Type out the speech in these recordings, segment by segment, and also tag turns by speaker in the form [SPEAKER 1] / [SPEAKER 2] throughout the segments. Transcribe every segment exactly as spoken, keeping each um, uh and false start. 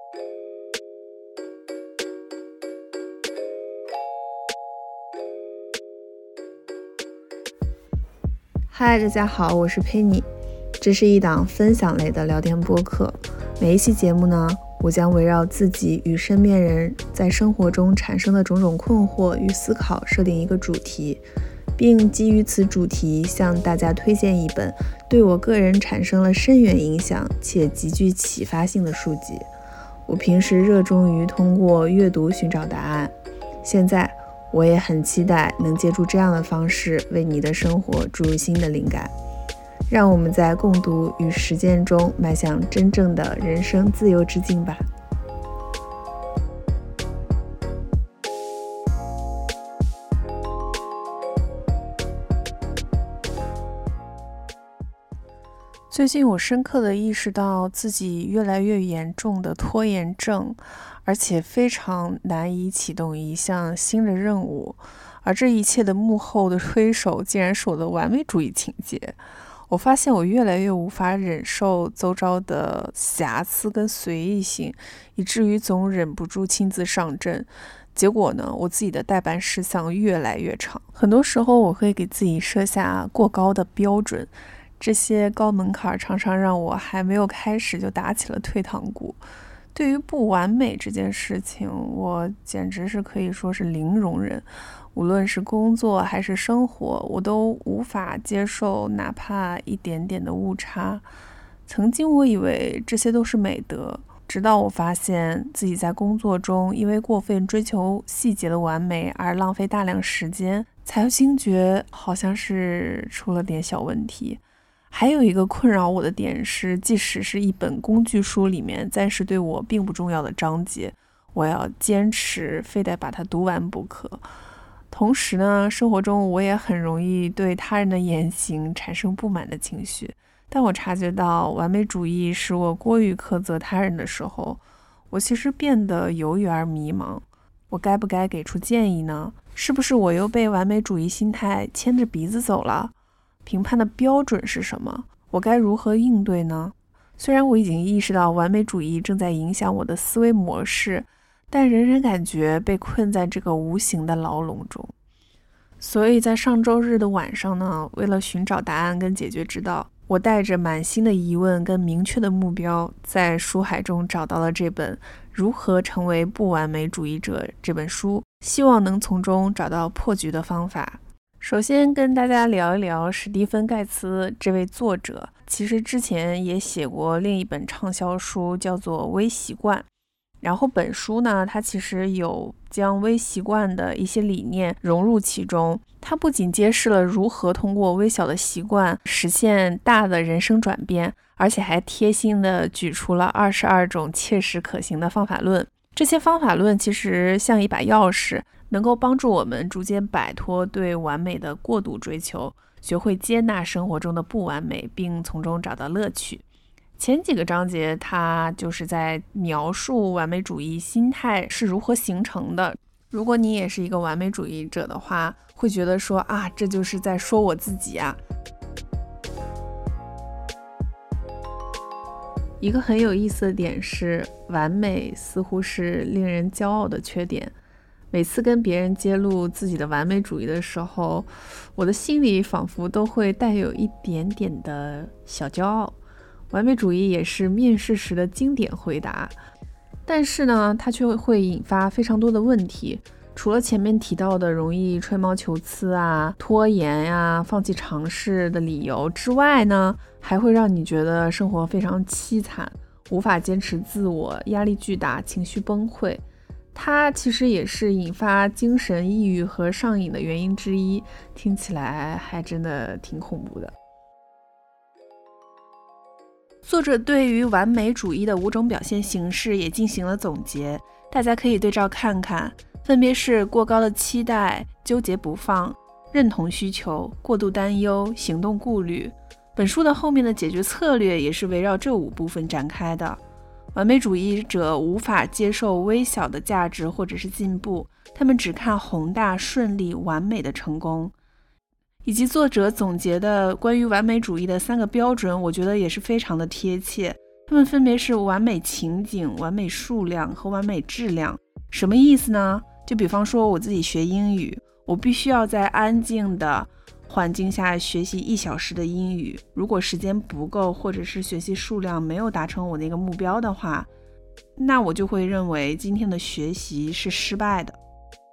[SPEAKER 1] 嗨，大家好，我是佩妮，这是一档分享类的聊天播客。每一期节目呢，我将围绕自己与身边人在生活中产生的种种困惑与思考设定一个主题，并基于此主题向大家推荐一本对我个人产生了深远影响且极具启发性的书籍。我平时热衷于通过阅读寻找答案，现在我也很期待能借助这样的方式为你的生活注入新的灵感。让我们在共读与实践中迈向真正的人生自由之境吧。最近我深刻地意识到自己越来越严重的拖延症，而且非常难以启动一项新的任务，而这一切的幕后的推手竟然是我的完美主义情节。我发现我越来越无法忍受周遭的瑕疵跟随意性，以至于总忍不住亲自上阵。结果呢，我自己的待办事项越来越长，很多时候我会给自己设下过高的标准，这些高门槛常常让我还没有开始就打起了退堂鼓。对于不完美这件事情，我简直是可以说是零容忍。无论是工作还是生活，我都无法接受哪怕一点点的误差。曾经我以为这些都是美德，直到我发现自己在工作中因为过分追求细节的完美而浪费大量时间，才惊觉好像是出了点小问题。还有一个困扰我的点是，即使是一本工具书里面暂时对我并不重要的章节，我要坚持非得把它读完不可。同时呢，生活中我也很容易对他人的言行产生不满的情绪。当我察觉到完美主义使我过于苛责他人的时候，我其实变得犹豫而迷茫。我该不该给出建议呢？是不是我又被完美主义心态牵着鼻子走了？评判的标准是什么？我该如何应对呢？虽然我已经意识到完美主义正在影响我的思维模式，但仍然感觉被困在这个无形的牢笼中。所以在上周日的晚上呢，为了寻找答案跟解决之道，我带着满心的疑问跟明确的目标，在书海中找到了这本《如何成为不完美主义者》这本书，希望能从中找到破局的方法。首先跟大家聊一聊史蒂芬·盖茨这位作者，其实之前也写过另一本畅销书叫做《微习惯》，然后本书呢，它其实有将微习惯的一些理念融入其中。它不仅揭示了如何通过微小的习惯实现大的人生转变，而且还贴心地举出了二十二种切实可行的方法论。这些方法论其实像一把钥匙，能够帮助我们逐渐摆脱对完美的过度追求，学会接纳生活中的不完美，并从中找到乐趣。前几个章节它就是在描述完美主义心态是如何形成的。如果你也是一个完美主义者的话，会觉得说啊，这就是在说我自己啊。一个很有意思的点是，完美似乎是令人骄傲的缺点。每次跟别人揭露自己的完美主义的时候，我的心里仿佛都会带有一点点的小骄傲。完美主义也是面试时的经典回答，但是呢，它却会引发非常多的问题。除了前面提到的容易吹毛求疵啊、拖延呀、啊、放弃尝试的理由之外呢，还会让你觉得生活非常凄惨，无法坚持自我，压力巨大，情绪崩溃。它其实也是引发精神抑郁和上瘾的原因之一，听起来还真的挺恐怖的。作者对于完美主义的五种表现形式也进行了总结，大家可以对照看看，分别是过高的期待、纠结不放、认同需求、过度担忧、行动顾虑。本书的后面的解决策略也是围绕这五部分展开的。完美主义者无法接受微小的价值或者是进步，他们只看宏大、顺利、完美的成功。以及作者总结的关于完美主义的三个标准，我觉得也是非常的贴切。 它们分别是完美情景、完美数量和完美质量。什么意思呢？就比方说我自己学英语，我必须要在安静的环境下学习一小时的英语，如果时间不够，或者是学习数量没有达成我那个目标的话，那我就会认为今天的学习是失败的。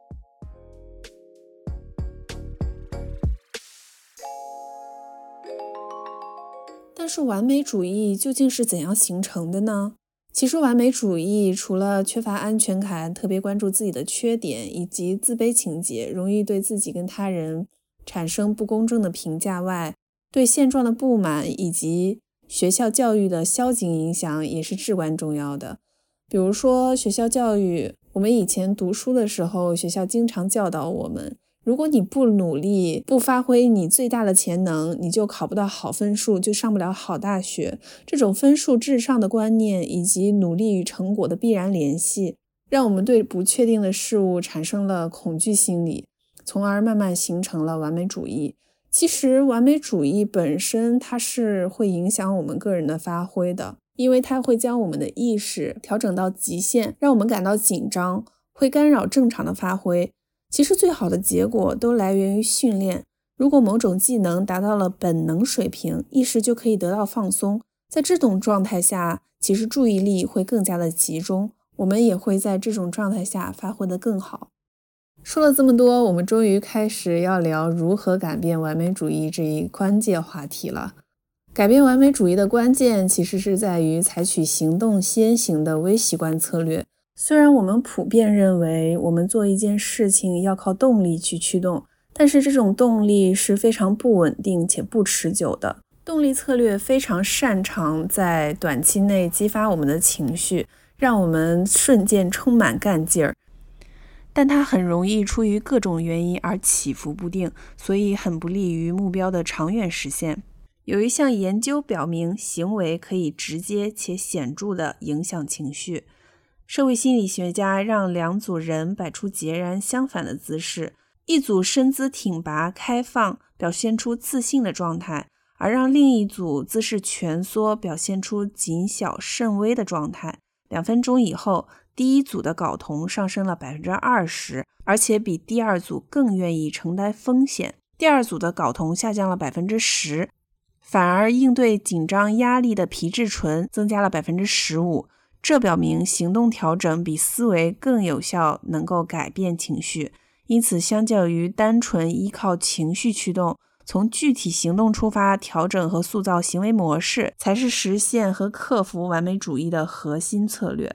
[SPEAKER 1] 但是完美主义究竟是怎样形成的呢？其实完美主义除了缺乏安全感，特别关注自己的缺点，以及自卑情节，容易对自己跟他人产生不公正的评价外，对现状的不满以及学校教育的消极影响也是至关重要的。比如说学校教育，我们以前读书的时候，学校经常教导我们，如果你不努力，不发挥你最大的潜能，你就考不到好分数，就上不了好大学。这种分数至上的观念以及努力与成果的必然联系，让我们对不确定的事物产生了恐惧心理，从而慢慢形成了完美主义。其实完美主义本身它是会影响我们个人的发挥的，因为它会将我们的意识调整到极限，让我们感到紧张，会干扰正常的发挥。其实最好的结果都来源于训练，如果某种技能达到了本能水平，意识就可以得到放松，在这种状态下，其实注意力会更加的集中，我们也会在这种状态下发挥得更好。说了这么多，我们终于开始要聊如何改变完美主义这一关键话题了。改变完美主义的关键其实是在于采取行动先行的微习惯策略。虽然我们普遍认为我们做一件事情要靠动力去驱动，但是这种动力是非常不稳定且不持久的。动力策略非常擅长在短期内激发我们的情绪，让我们瞬间充满干劲儿，但它很容易出于各种原因而起伏不定，所以很不利于目标的长远实现。有一项研究表明，行为可以直接且显著地影响情绪。社会心理学家让两组人摆出截然相反的姿势，一组身姿挺拔开放，表现出自信的状态，而让另一组姿势蜷缩，表现出谨小慎微的状态。两分钟以后，第一组的睾酮上升了 百分之二十， 而且比第二组更愿意承担风险。第二组的睾酮下降了 百分之十， 反而应对紧张压力的皮质醇增加了 百分之十五。这表明行动调整比思维更有效，能够改变情绪。因此，相较于单纯依靠情绪驱动，从具体行动出发，调整和塑造行为模式，才是实现和克服完美主义的核心策略。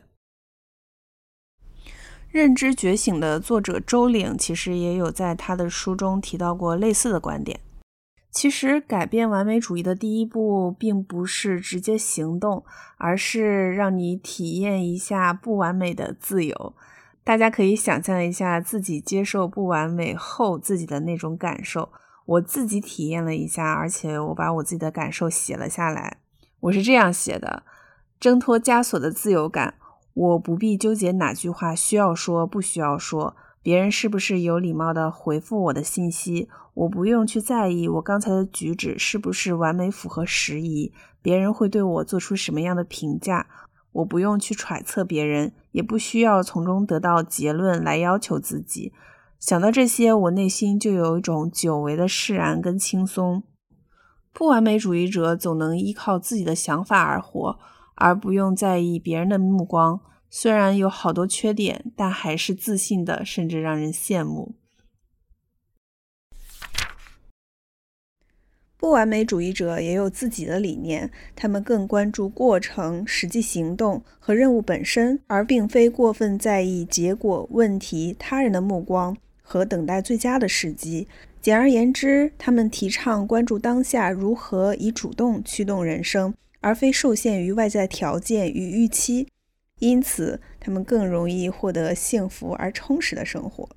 [SPEAKER 1] 认知觉醒的作者周岭其实也有在他的书中提到过类似的观点。其实改变完美主义的第一步并不是直接行动，而是让你体验一下不完美的自由。大家可以想象一下自己接受不完美后自己的那种感受。我自己体验了一下，而且我把我自己的感受写了下来。我是这样写的：挣脱枷锁的自由感，我不必纠结哪句话需要说不需要说，别人是不是有礼貌地回复我的信息，我不用去在意我刚才的举止是不是完美符合时宜，别人会对我做出什么样的评价，我不用去揣测别人，也不需要从中得到结论来要求自己。想到这些，我内心就有一种久违的释然跟轻松。不完美主义者总能依靠自己的想法而活，而不用在意别人的目光。虽然有好多缺点，但还是自信的，甚至让人羡慕。不完美主义者也有自己的理念，他们更关注过程、实际行动和任务本身，而并非过分在意结果、问题、他人的目光和等待最佳的时机。简而言之，他们提倡关注当下如何以主动驱动人生，而非受限于外在条件与预期。因此，他们更容易获得幸福而充实的生活。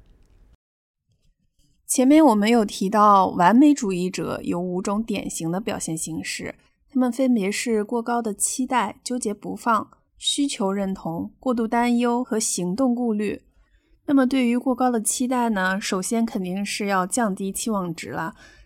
[SPEAKER 1] 前面我们有提到，完美主义者有五种典型的表现形式，他们分别是过高的期待、纠结不放、需求认同、过度担忧和行动顾虑。那么对于过高的期待呢，首先肯定是要降低期望值了。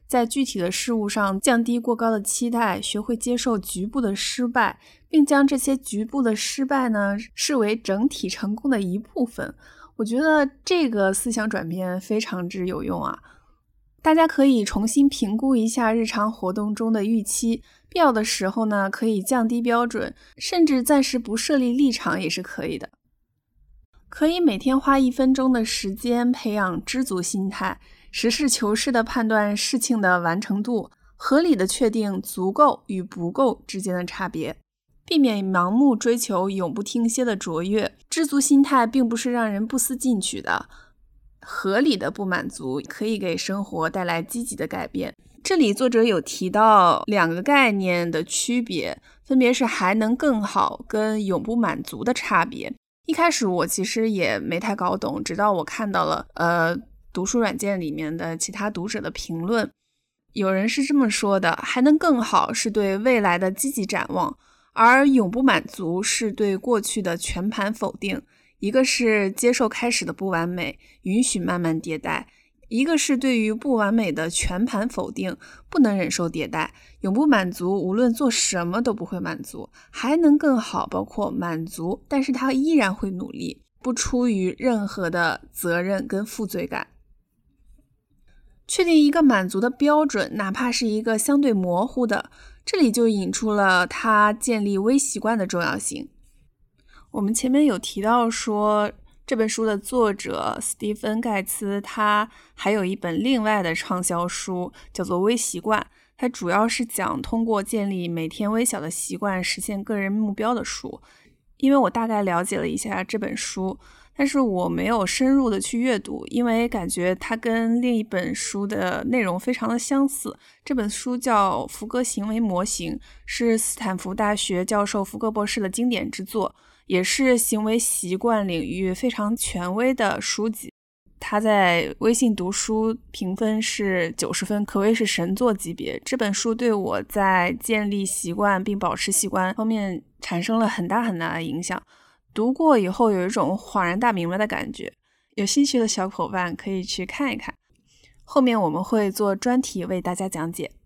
[SPEAKER 1] 在具体的事物上降低过高的期待，学会接受局部的失败，并将这些局部的失败呢视为整体成功的一部分。我觉得这个思想转变非常之有用啊！大家可以重新评估一下日常活动中的预期，必要的时候呢可以降低标准，甚至暂时不设立立场也是可以的。可以每天花一分钟的时间培养知足心态，实事求是地判断事情的完成度，合理地确定足够与不够之间的差别，避免盲目追求永不停歇的卓越。知足心态并不是让人不思进取的，合理的不满足可以给生活带来积极的改变。这里作者有提到两个概念的区别，分别是还能更好跟永不满足的差别。一开始我其实也没太搞懂，直到我看到了呃读书软件里面的其他读者的评论。有人是这么说的，还能更好是对未来的积极展望，而永不满足是对过去的全盘否定。一个是接受开始的不完美，允许慢慢迭代，一个是对于不完美的全盘否定，不能忍受迭代。永不满足无论做什么都不会满足，还能更好包括满足，但是他依然会努力，不出于任何的责任跟负罪感。确定一个满足的标准，哪怕是一个相对模糊的，这里就引出了他建立微习惯的重要性。我们前面有提到说，这本书的作者斯蒂芬·盖茨他还有一本另外的畅销书叫做《微习惯》，它主要是讲通过建立每天微小的习惯实现个人目标的书。因为我大概了解了一下这本书，但是我没有深入的去阅读，因为感觉它跟另一本书的内容非常的相似。这本书叫《福格行为模型》，是斯坦福大学教授福格博士的经典之作，也是行为习惯领域非常权威的书籍。他在微信读书评分是九十分，可谓是神作级别。这本书对我在建立习惯并保持习惯方面产生了很大很大的影响。读过以后有一种恍然大明白的感觉，有兴趣的小伙伴可以去看一看。后面我们会做专题为大家讲解。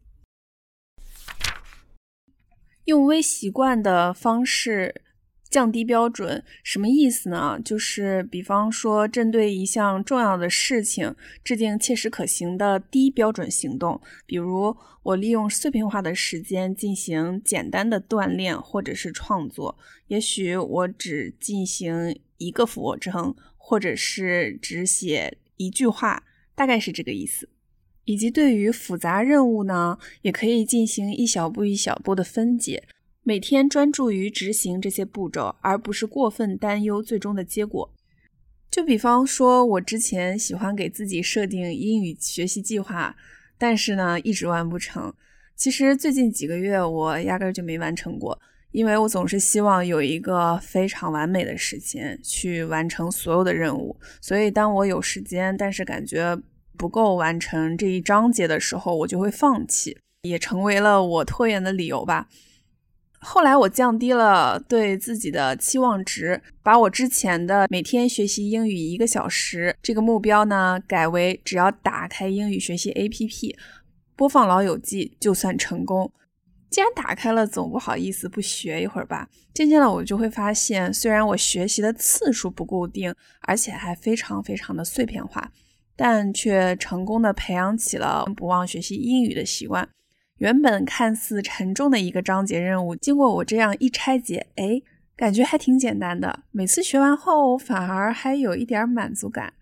[SPEAKER 1] 用微习惯的方式降低标准，什么意思呢？就是比方说针对一项重要的事情制定切实可行的低标准行动，比如我利用碎片化的时间进行简单的锻炼或者是创作，也许我只进行一个俯卧撑，或者是只写一句话，大概是这个意思。以及对于复杂任务呢，也可以进行一小步一小步的分解，每天专注于执行这些步骤，而不是过分担忧最终的结果。就比方说我之前喜欢给自己设定英语学习计划，但是呢一直完不成。其实最近几个月我压根就没完成过，因为我总是希望有一个非常完美的时间去完成所有的任务，所以当我有时间但是感觉不够完成这一章节的时候，我就会放弃，也成为了我拖延的理由吧。后来我降低了对自己的期望值，把我之前的每天学习英语一个小时这个目标呢，改为只要打开英语学习 A P P 播放老友记就算成功。既然打开了，总不好意思不学一会儿吧。渐渐的我就会发现，虽然我学习的次数不固定，而且还非常非常的碎片化，但却成功的培养起了不忘学习英语的习惯。原本看似沉重的一个章节任务，经过我这样一拆解，哎，感觉还挺简单的。每次学完后，反而还有一点满足感。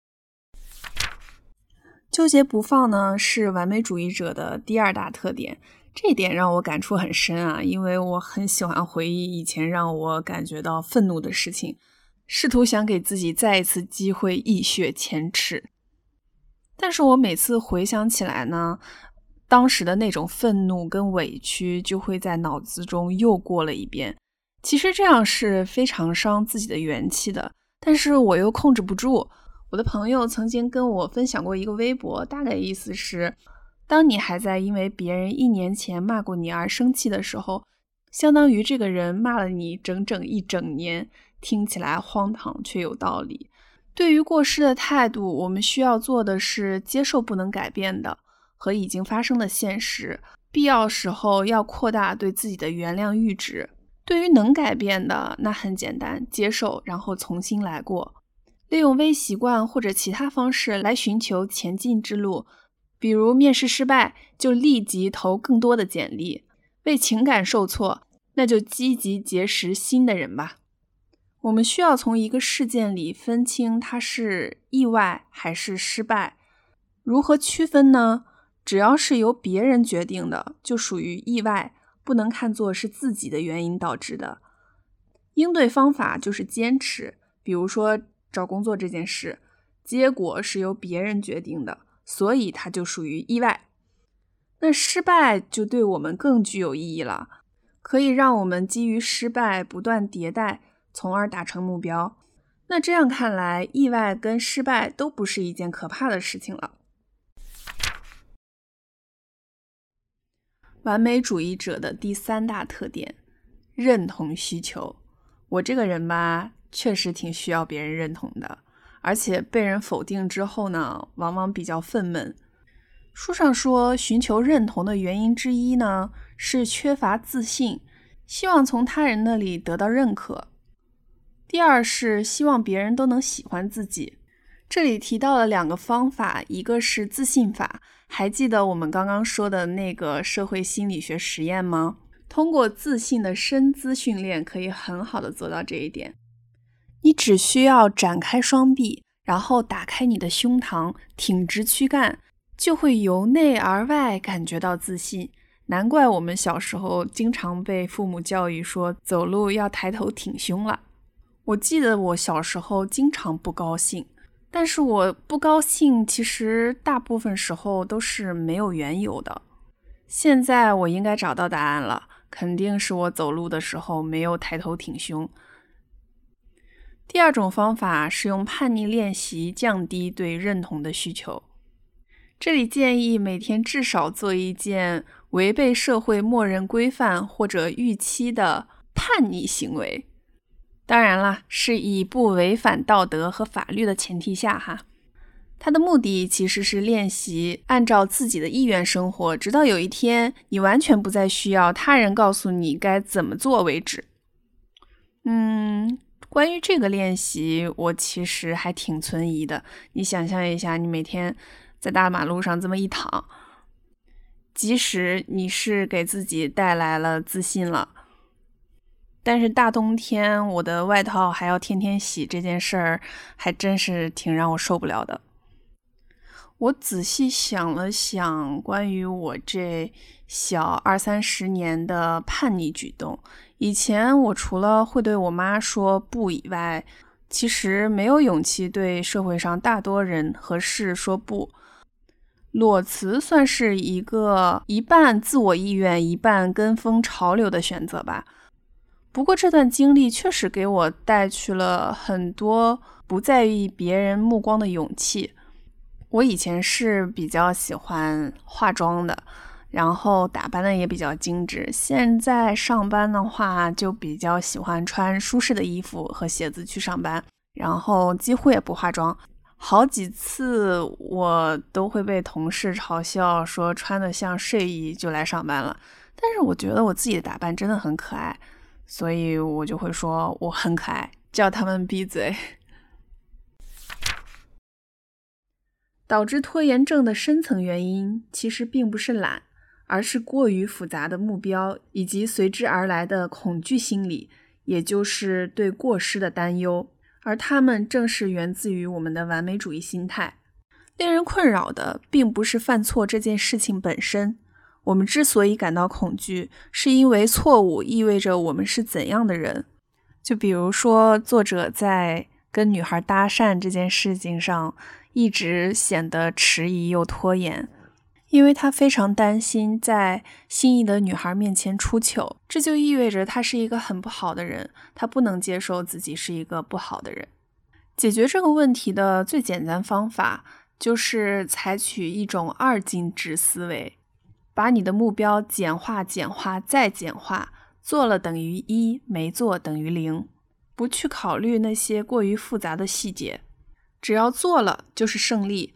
[SPEAKER 1] 纠结不放呢，是完美主义者的第二大特点。这一点让我感触很深啊，因为我很喜欢回忆以前让我感觉到愤怒的事情，试图想给自己再一次机会一雪前耻。但是我每次回想起来呢，当时的那种愤怒跟委屈就会在脑子中又过了一遍。其实这样是非常伤自己的元气的，但是我又控制不住。我的朋友曾经跟我分享过一个微博，大概意思是，当你还在因为别人一年前骂过你而生气的时候，相当于这个人骂了你整整一整年，听起来荒唐却有道理。对于过失的态度，我们需要做的是接受不能改变的， 和已经发生的现实，必要时候要扩大对自己的原谅阈值。对于能改变的，那很简单，接受，然后重新来过。利用微习惯或者其他方式来寻求前进之路，比如面试失败，就立即投更多的简历；为情感受挫，那就积极结识新的人吧。我们需要从一个事件里分清它是意外还是失败。如何区分呢？只要是由别人决定的，就属于意外，不能看作是自己的原因导致的。应对方法就是坚持，比如说找工作这件事，结果是由别人决定的，所以它就属于意外。那失败就对我们更具有意义了，可以让我们基于失败不断迭代，从而达成目标。那这样看来，意外跟失败都不是一件可怕的事情了。完美主义者的第三大特点，认同需求。我这个人吧，确实挺需要别人认同的，而且被人否定之后呢，往往比较愤懑。书上说，寻求认同的原因之一呢，是缺乏自信，希望从他人那里得到认可。第二是希望别人都能喜欢自己。这里提到了两个方法，一个是自信法，还记得我们刚刚说的那个社会心理学实验吗？通过自信的身姿训练，可以很好的做到这一点。你只需要展开双臂，然后打开你的胸膛，挺直躯干，就会由内而外感觉到自信。难怪我们小时候经常被父母教育说走路要抬头挺胸了。我记得我小时候经常不高兴，但是我不高兴其实大部分时候都是没有缘由的。现在我应该找到答案了，肯定是我走路的时候没有抬头挺胸。第二种方法是用叛逆练习降低对认同的需求。这里建议每天至少做一件违背社会默认规范或者预期的叛逆行为。当然啦，是以不违反道德和法律的前提下哈。它的目的其实是练习按照自己的意愿生活，直到有一天你完全不再需要他人告诉你该怎么做为止。嗯，关于这个练习，我其实还挺存疑的。你想象一下，你每天在大马路上这么一躺，即使你是给自己带来了自信了，但是大冬天我的外套还要天天洗，这件事儿还真是挺让我受不了的。我仔细想了想关于我这小二三十年的叛逆举动，以前我除了会对我妈说不以外，其实没有勇气对社会上大多人和事说不。裸辞算是一个一半自我意愿一半跟风潮流的选择吧。不过这段经历确实给我带去了很多不在意别人目光的勇气。我以前是比较喜欢化妆的，然后打扮的也比较精致。现在上班的话，就比较喜欢穿舒适的衣服和鞋子去上班，然后几乎也不化妆。好几次我都会被同事嘲笑说穿得像睡衣就来上班了，但是我觉得我自己的打扮真的很可爱，所以我就会说我很可爱，叫他们闭嘴。导致拖延症的深层原因其实并不是懒，而是过于复杂的目标以及随之而来的恐惧心理，也就是对过失的担忧，而它们正是源自于我们的完美主义心态。令人困扰的并不是犯错这件事情本身，我们之所以感到恐惧，是因为错误意味着我们是怎样的人。就比如说作者在跟女孩搭讪这件事情上一直显得迟疑又拖延，因为他非常担心在心仪的女孩面前出糗，这就意味着他是一个很不好的人，他不能接受自己是一个不好的人。解决这个问题的最简单方法就是采取一种二进制思维，把你的目标简化简化再简化，做了等于一，没做等于零，不去考虑那些过于复杂的细节。只要做了就是胜利，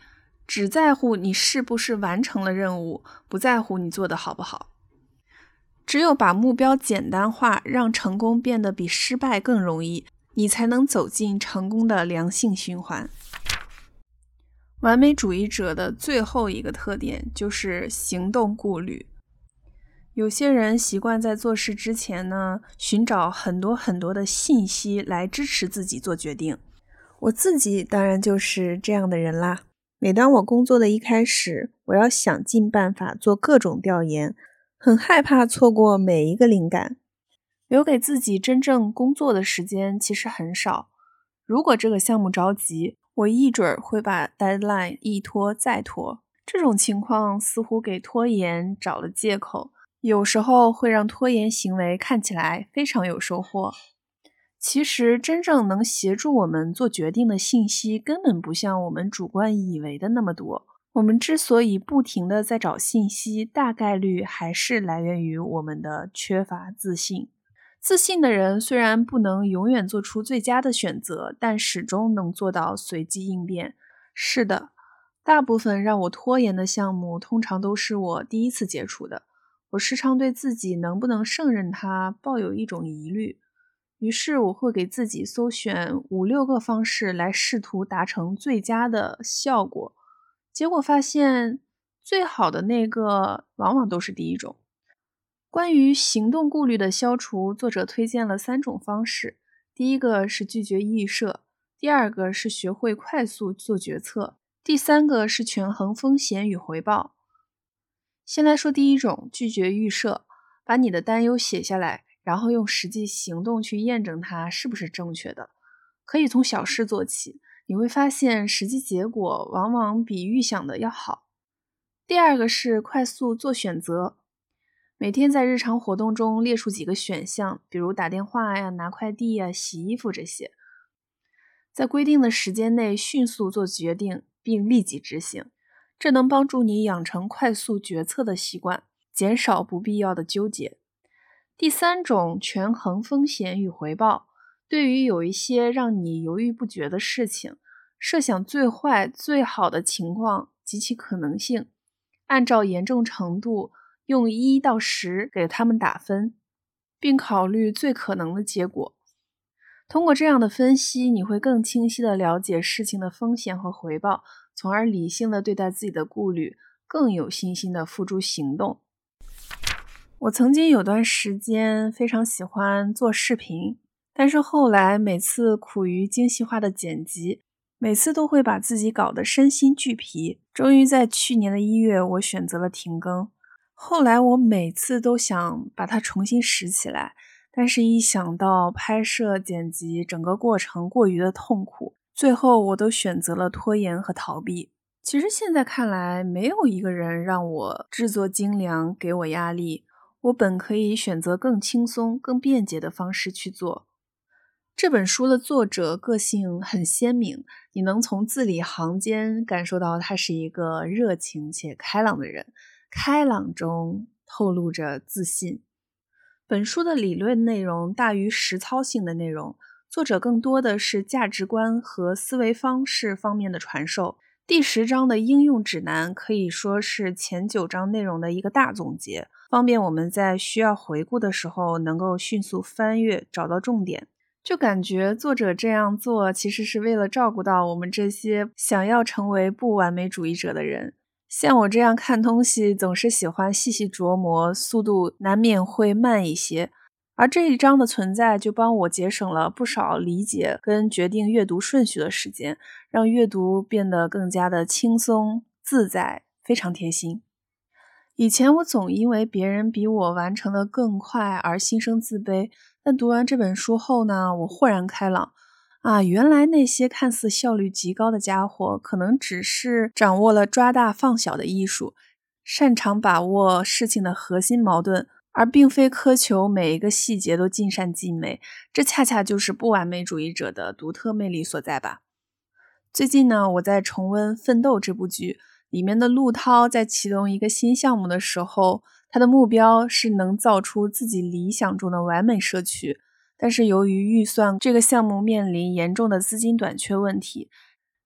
[SPEAKER 1] 只在乎你是不是完成了任务，不在乎你做得好不好。只有把目标简单化，让成功变得比失败更容易，你才能走进成功的良性循环。完美主义者的最后一个特点就是行动顾虑。有些人习惯在做事之前呢，寻找很多很多的信息来支持自己做决定。我自己当然就是这样的人啦。每当我工作的一开始，我要想尽办法做各种调研，很害怕错过每一个灵感。留给自己真正工作的时间其实很少。如果这个项目着急，我一准会把 deadline 一拖再拖。这种情况似乎给拖延找了借口，有时候会让拖延行为看起来非常有收获。其实真正能协助我们做决定的信息根本不像我们主观以为的那么多。我们之所以不停地在找信息，大概率还是来源于我们的缺乏自信。自信的人虽然不能永远做出最佳的选择，但始终能做到随机应变。是的，大部分让我拖延的项目通常都是我第一次接触的，我时常对自己能不能胜任它抱有一种疑虑。于是我会给自己搜选五六个方式来试图达成最佳的效果，结果发现最好的那个往往都是第一种。关于行动顾虑的消除，作者推荐了三种方式。第一个是拒绝预设，第二个是学会快速做决策，第三个是权衡风险与回报。先来说第一种，拒绝预设，把你的担忧写下来，然后用实际行动去验证它是不是正确的。可以从小事做起，你会发现实际结果往往比预想的要好。第二个是快速做选择，每天在日常活动中列出几个选项，比如打电话呀、拿快递呀、洗衣服这些，在规定的时间内迅速做决定并立即执行，这能帮助你养成快速决策的习惯，减少不必要的纠结。第三种，权衡风险与回报，对于有一些让你犹豫不决的事情，设想最坏最好的情况及其可能性，按照严重程度用一到十给他们打分，并考虑最可能的结果。通过这样的分析，你会更清晰地了解事情的风险和回报，从而理性地对待自己的顾虑，更有信心地付诸行动。我曾经有段时间非常喜欢做视频，但是后来每次苦于精细化的剪辑，每次都会把自己搞得身心俱疲。终于在去年的一月，我选择了停更。后来我每次都想把它重新拾起来，但是一想到拍摄、剪辑整个过程过于的痛苦，最后我都选择了拖延和逃避。其实现在看来，没有一个人让我制作精良，给我压力，我本可以选择更轻松、更便捷的方式去做。这本书的作者个性很鲜明，你能从字里行间感受到他是一个热情且开朗的人，开朗中透露着自信。本书的理论内容大于实操性的内容，作者更多的是价值观和思维方式方面的传授。第十章的应用指南可以说是前九章内容的一个大总结，方便我们在需要回顾的时候能够迅速翻阅，找到重点。就感觉作者这样做其实是为了照顾到我们这些想要成为不完美主义者的人。像我这样看东西总是喜欢细细琢磨，速度难免会慢一些，而这一章的存在就帮我节省了不少理解跟决定阅读顺序的时间，让阅读变得更加的轻松自在，非常贴心。以前我总因为别人比我完成得更快而心生自卑，但读完这本书后呢，我豁然开朗啊，原来那些看似效率极高的家伙，可能只是掌握了抓大放小的艺术，擅长把握事情的核心矛盾，而并非苛求每一个细节都尽善尽美。这恰恰就是不完美主义者的独特魅力所在吧。最近呢，我在重温《奋斗》这部剧，里面的陆涛在启动一个新项目的时候，他的目标是能造出自己理想中的完美社区，但是由于预算，这个项目面临严重的资金短缺问题，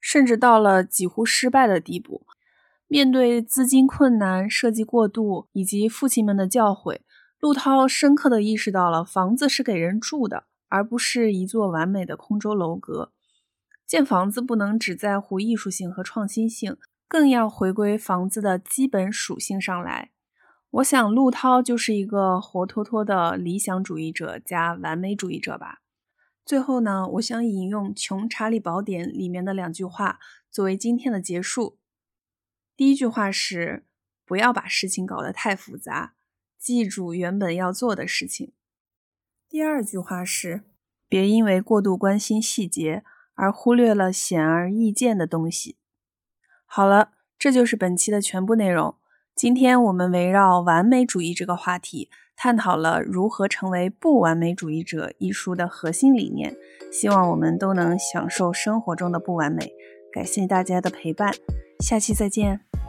[SPEAKER 1] 甚至到了几乎失败的地步。面对资金困难、设计过度以及父亲们的教诲，陆涛深刻地意识到了房子是给人住的，而不是一座完美的空中楼阁。建房子不能只在乎艺术性和创新性，更要回归房子的基本属性上来。我想陆涛就是一个活脱脱的理想主义者加完美主义者吧。最后呢，我想引用《穷查理宝典》里面的两句话作为今天的结束。第一句话是，不要把事情搞得太复杂，记住原本要做的事情。第二句话是，别因为过度关心细节而忽略了显而易见的东西。好了，这就是本期的全部内容。今天我们围绕完美主义这个话题，探讨了如何成为不完美主义者一书的核心理念，希望我们都能享受生活中的不完美。感谢大家的陪伴，下期再见。